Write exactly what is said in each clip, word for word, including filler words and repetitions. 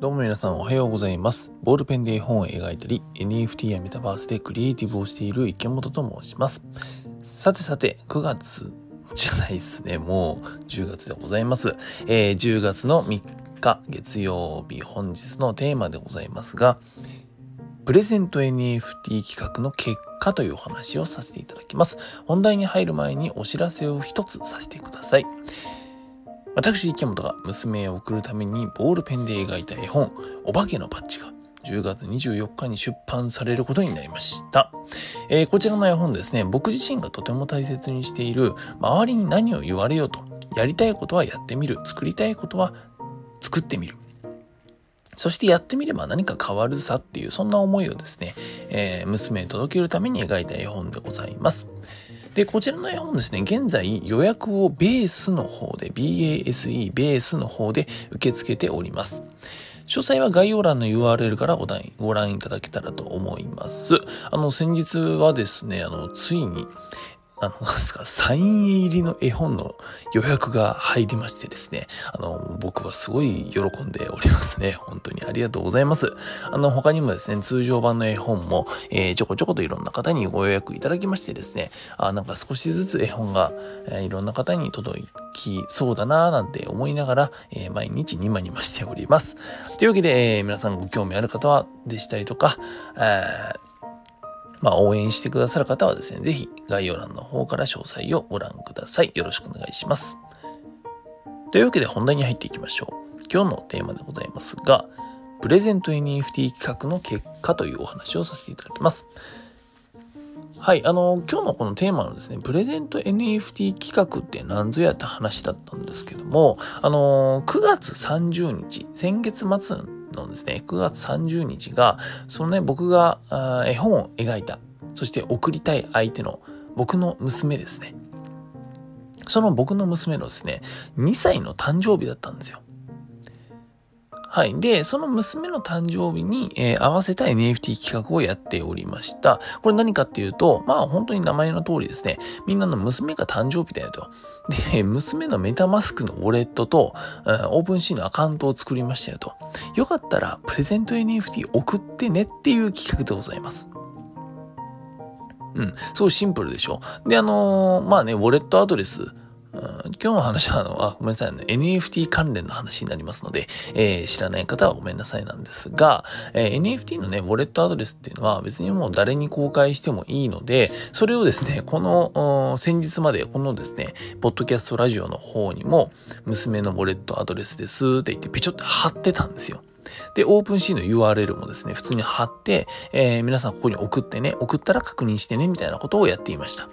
どうも皆さんおはようございます。ボールペンで絵本を描いたり エヌエフティー やメタバースでクリエイティブをしている池本と申します。さてさてくがつじゃないですね、もうじゅうがつでございます。えー、じゅうがつのみっか月曜日、本日のテーマでございますが、プレゼント エヌエフティー 企画の結果というお話をさせていただきます。本題に入る前にお知らせを一つさせてください。私池本が娘へ送るためにボールペンで描いた絵本お化けのパッチがじゅうがつにじゅうよっかに出版されることになりました。えー、こちらの絵本ですね、僕自身がとても大切にしている周りに何を言われようと、やりたいことはやってみる、作りたいことは作ってみる、そしてやってみれば何か変わるさっていう、そんな思いをですね、えー、娘へ届けるために描いた絵本でございます。で、こちらの絵本ですね、現在予約をベースの方で、ビーエーエスイー ベースの方で受け付けております。詳細は概要欄の ユーアールエル からご覧、ご覧いただけたらと思います。あの、先日はですね、あの、ついに、あの、なんですか、サイン入りの絵本の予約が入りましてですね、あの、僕はすごい喜んでおりますね。本当にありがとうございます。あの、他にもですね、通常版の絵本も、えー、ちょこちょこといろんな方にご予約いただきましてですね、あ、なんか少しずつ絵本が、えー、いろんな方に届きそうだなぁなんて思いながら、えー、毎日ニマニマしております。というわけで、えー、皆さんご興味ある方はでしたりとか、えーまあ、応援してくださる方はですね、ぜひ概要欄の方から詳細をご覧ください。よろしくお願いします。というわけで本題に入っていきましょう。今日のテーマでございますが、プレゼント エヌエフティー 企画の結果というお話をさせていただきます。はい、あの、今日のこのテーマのですね、プレゼント エヌエフティー 企画って何ぞやって話だったんですけども、あの、くがつさんじゅうにち、先月末のですね、くがつさんじゅうにちが、そのね、僕が絵本を描いた、そして送りたい相手の僕の娘ですね。その僕の娘のですね、にさいの誕生日だったんですよ。はい。で、その娘の誕生日に、えー、合わせた エヌエフティー 企画をやっておりました。これ何かっていうと、まあ本当に名前の通りですね、みんなの娘が誕生日だよと。で、娘のメタマスクのウォレットと、うん、オープンシーのアカウントを作りましたよと。よかったらプレゼント エヌエフティー 送ってねっていう企画でございます。うん、そうシンプルでしょ。で、あのー、まあね、ウォレットアドレス、うん、今日の話はあの、あ、ごめんなさいね、エヌエフティー 関連の話になりますので、えー、知らない方はごめんなさいなんですが、えー、エヌエフティー のね、ウォレットアドレスっていうのは別にもう誰に公開してもいいので、それをですね、この、先日までこのですね、ポッドキャストラジオの方にも、娘のウォレットアドレスですって言ってペチョって貼ってたんですよ。で、オープンシーの ユーアールエル もですね、普通に貼って、えー、皆さんここに送ってね、送ったら確認してね、みたいなことをやっていました。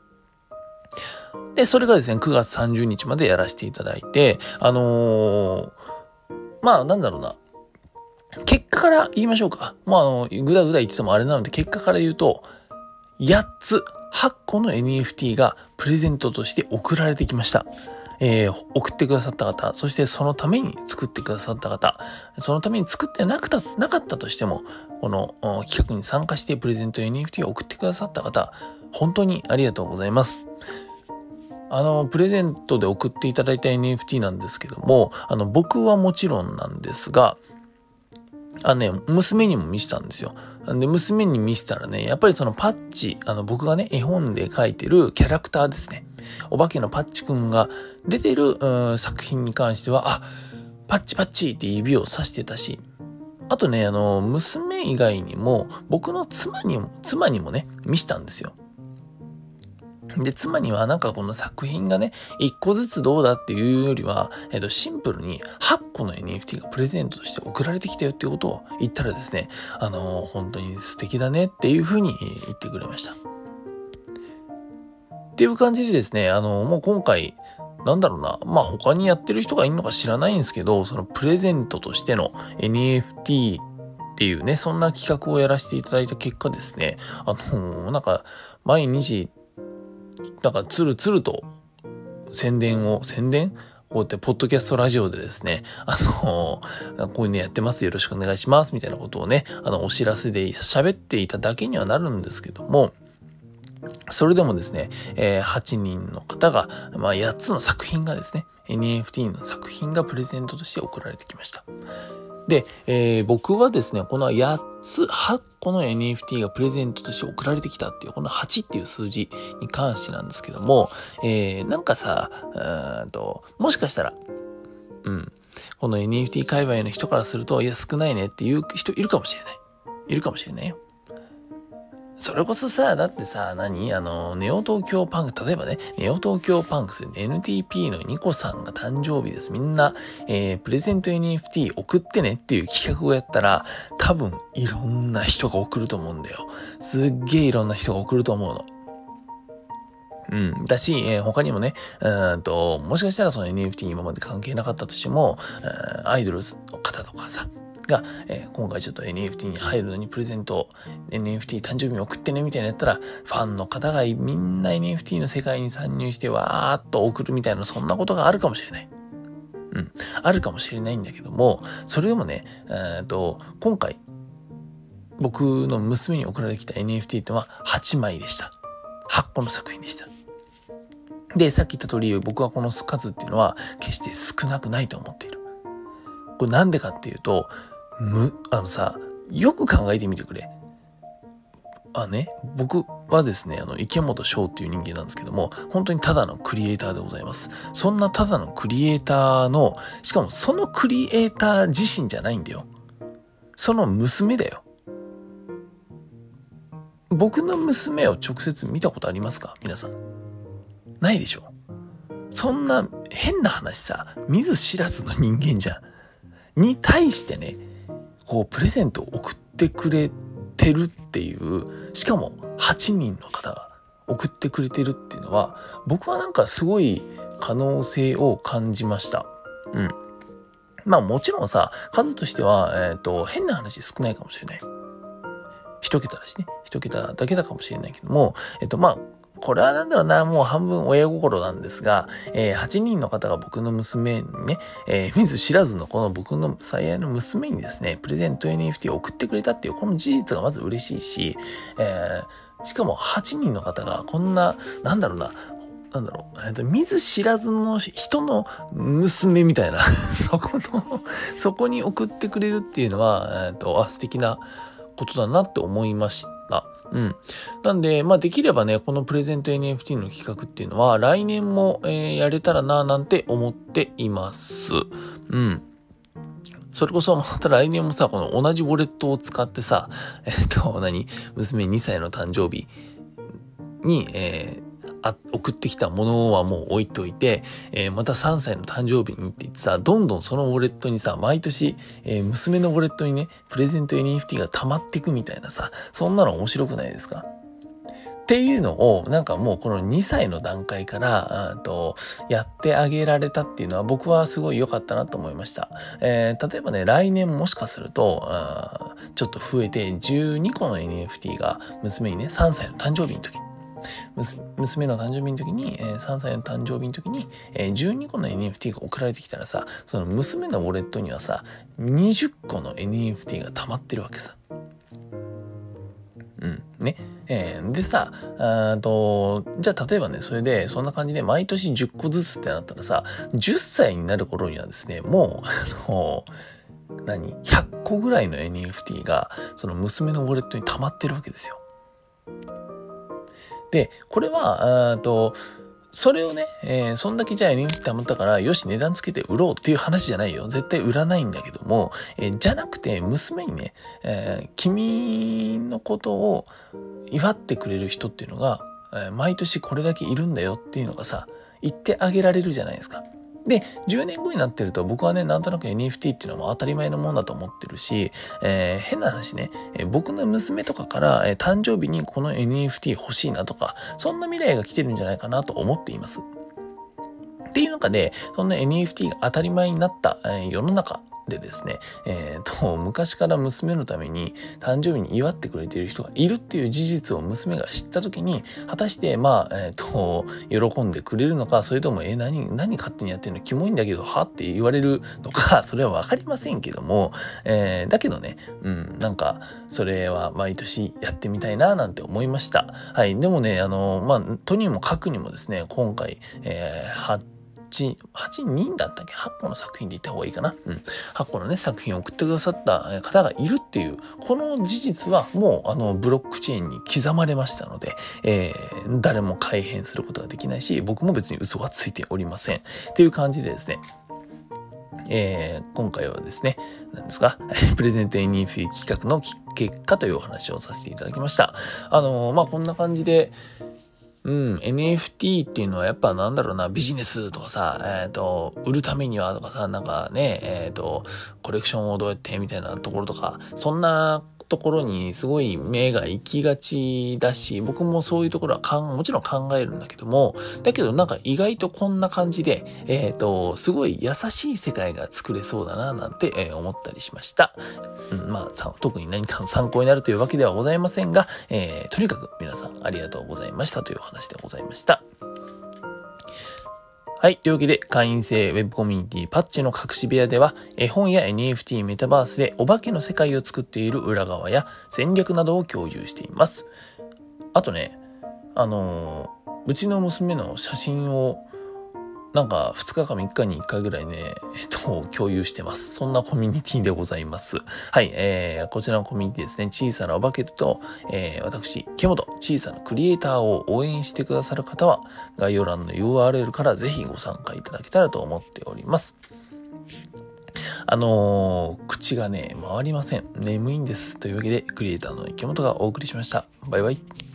で、それがですね、くがつさんじゅうにちまでやらせていただいて、あのー、まあ、なんだろうな。結果から言いましょうか。まあ、あの、ぐだぐだ言っててもあれなので、結果から言うと、やっつ、はっこの エヌエフティー がプレゼントとして送られてきました。えー、送ってくださった方、そしてそのために作ってくださった方、そのために作ってなくた、なかったとしても、この企画に参加してプレゼント エヌエフティー を送ってくださった方、本当にありがとうございます。あの、プレゼントで送っていただいた エヌエフティー なんですけども、あの、僕はもちろんなんですが、あのね、娘にも見せたんですよ。で、娘に見せたらね、やっぱりそのパッチ、あの、僕がね、絵本で描いてるキャラクターですね。お化けのパッチくんが出てる、うん、作品に関しては、あ、パッチパッチって指をさしてたし、あとね、あの、娘以外にも、僕の妻にも、妻にもね、見せたんですよ。で、妻にはなんかこの作品がね、一個ずつどうだっていうよりは、えっと、シンプルにはっこの エヌエフティー がプレゼントとして送られてきたよっていうことを言ったらですね、あのー、本当に素敵だねっていうふうに言ってくれました。っていう感じでですね、あのー、もう今回、なんだろうな、まあ他にやってる人がいるのか知らないんですけど、そのプレゼントとしての エヌエフティー っていうね、そんな企画をやらせていただいた結果ですね、あのー、なんか、毎日、なんかつるつると宣伝を、宣伝こうやってポッドキャストラジオでですね、あのー、こういうのやってます。よろしくお願いします。みたいなことをね、あの、お知らせで喋っていただけにはなるんですけども、それでもですね、えー、はちにんの方が、まあ、やっつの作品がですね、エヌエフティー の作品がプレゼントとして送られてきました。 で、えー、僕はですね、このやっつ、はっこの エヌエフティー がプレゼントとして送られてきたっていう、このはちっていう数字に関してなんですけども、えー、なんかさ、うーんと、もしかしたら、うん、この エヌエフティー 界隈の人からすると、いや、少ないねっていう人いるかもしれない。いるかもしれないよ。それこそさ、だってさ、何あの、ネオ東京パンク、例えばね、ネオ東京パンクス エヌティーピー のニコさんが誕生日です。みんな、えー、プレゼント エヌエフティー 送ってねっていう企画をやったら、多分いろんな人が送ると思うんだよ。すっげえいろんな人が送ると思うの。うん。だし、えー、他にもね、うんと、もしかしたらその エヌエフティー に今まで関係なかったとしても、アイドルの方とかさ、が、えー、今回ちょっと エヌエフティー に入るのにプレゼント エヌエフティー 誕生日に送ってねみたいなやったら、ファンの方がみんな エヌエフティー の世界に参入してわーっと送るみたいな、そんなことがあるかもしれない。うん。あるかもしれないんだけども、それでもね、えー、と今回、僕の娘に送られてきた エヌエフティー とははちまいでした。はっこの作品でした。で、さっき言った通り、僕はこの数っていうのは決して少なくないと思っている。これなんでかっていうと、む、あのさ、よく考えてみてくれ。あね、僕はですね、あの、池本翔っていう人間なんですけども、本当にただのクリエイターでございます。そんなただのクリエイターの、しかもそのクリエイター自身じゃないんだよ。その娘だよ。僕の娘を直接見たことありますか？皆さん。ないでしょ？そんな変な話さ、見ず知らずの人間じゃん。に対してね、こうプレゼントを送ってくれてるっていう、しかもはちにんの方が送ってくれてるっていうのは、僕はなんかすごい可能性を感じました。うん。まあもちろんさ、数としては、えっと、変な話少ないかもしれない。一桁だしね。一桁だけだかもしれないけども、えっとまあ、これはなんだろうな、もう半分親心なんですが、えー、はちにんの方が僕の娘にね、えー、見ず知らずのこの僕の最愛の娘にですね、プレゼント エヌエフティー を送ってくれたっていうこの事実がまず嬉しいし、えー、しかもはちにんの方がこんな、なんだろうな、なんだろう、えっと、見ず知らずの人の娘みたいな、そこの、そこに送ってくれるっていうのは、えっと、あ、素敵なことだなって思いました。うん。なんで、まあできればね、このプレゼント エヌエフティー の企画っていうのは来年も、えー、やれたらななんて思っています。うん。それこそまた来年もさ、この同じウォレットを使ってさ、えっと、何？娘にさいの誕生日に、えーあ送ってきたものはもう置いといて、えー、またさんさいの誕生日にって言ってさ、どんどんそのウォレットにさ、毎年、えー、娘のウォレットにね、プレゼント エヌエフティー が溜まっていくみたいなさ、そんなの面白くないですか？っていうのを、なんかもうこのにさいの段階から、あとやってあげられたっていうのは僕はすごい良かったなと思いました。えー、例えばね、来年もしかすると、あちょっと増えてじゅうにこの エヌエフティー が娘にね、さんさいの誕生日の時に、娘の誕生日の時に、えー、さんさいの誕生日の時に、えー、じゅうにこの エヌエフティー が送られてきたらさ、その娘のウォレットにはさ、にじゅっこの エヌエフティー が溜まってるわけさ。うん。ね。えー、でさ、あと、じゃあ例えばね、それで、そんな感じで毎年じゅっこずつってなったらさ、じゅっさいになる頃にはですね、もう、あの、何 ?ひゃっこぐらいの エヌエフティー が、その娘のウォレットに溜まってるわけですよ。で、これは、あと、それをね、えー、そんだけじゃあ エヌエフティー 溜まったから、よし値段つけて売ろうっていう話じゃないよ。絶対売らないんだけども、えー、じゃなくて、娘にね、えー、君のことを祝ってくれる人っていうのが、えー、毎年これだけいるんだよっていうのがさ、言ってあげられるじゃないですか。で、じゅうねんごになってると僕はね、なんとなく エヌエフティー っていうのも当たり前のもんだと思ってるし、えー、変な話ね、えー、僕の娘とかから、えー、誕生日にこの エヌエフティー 欲しいなとか、そんな未来が来てるんじゃないかなと思っています。っていう中で、そんな エヌエフティー が当たり前になった、えー、世の中でですね、えー、と、昔から娘のために誕生日に祝ってくれている人がいるっていう事実を娘が知ったときに、果たして、まあ、えー、と、喜んでくれるのか、それとも、えー、何、何勝手にやってるのキモいんだけど、はって言われるのか、それはわかりませんけども、えー、だけどね、うん、なんか、それは毎年やってみたいな、なんて思いました。はい。でもね、あの、まあ、とにもかくにもですね、今回、えー、はち、はちにんだったっけ ?はち 個の作品で言った方がいいかな。うん。はち個のね、作品を送ってくださった方がいるっていう、この事実はもう、あの、ブロックチェーンに刻まれましたので、えー、誰も改変することができないし、僕も別に嘘はついておりません。っていう感じでですね、えー、今回はですね、何ですか、プレゼント エヌエフティー 企画の結果というお話をさせていただきました。あのー、まあ、こんな感じで、うん、エヌエフティー っていうのはやっぱなんだろうな、ビジネスとかさ、えっと、売るためにはとかさ、なんかね、えっと、コレクションをどうやってみたいなところとか、そんなところにすごい目が行きがちだし、僕もそういうところはかんもちろん考えるんだけども、だけどなんか意外とこんな感じで、えっと、すごい優しい世界が作れそうだな、なんて、えー、思ったりしました。うん、まあさ、特に何かの参考になるというわけではございませんが、えー、とにかく皆さんありがとうございましたというお話でございました。はい。というわけで、会員制ウェブコミュニティパッチの隠し部屋では、絵本や エヌエフティー メタバースでお化けの世界を作っている裏側や戦略などを共有しています。あとね、あのー、うちの娘の写真をなんかふつかかみっかにいっかいぐらいね、えっと、共有してます。そんなコミュニティでございます。はい、えー、こちらのコミュニティですね、小さなお化けと、えー、私、ケモト、小さなクリエイターを応援してくださる方は、概要欄の ユーアールエル からぜひご参加いただけたらと思っております。あのー、口がね、回りません。眠いんです。というわけで、クリエイターの池本がお送りしました。バイバイ。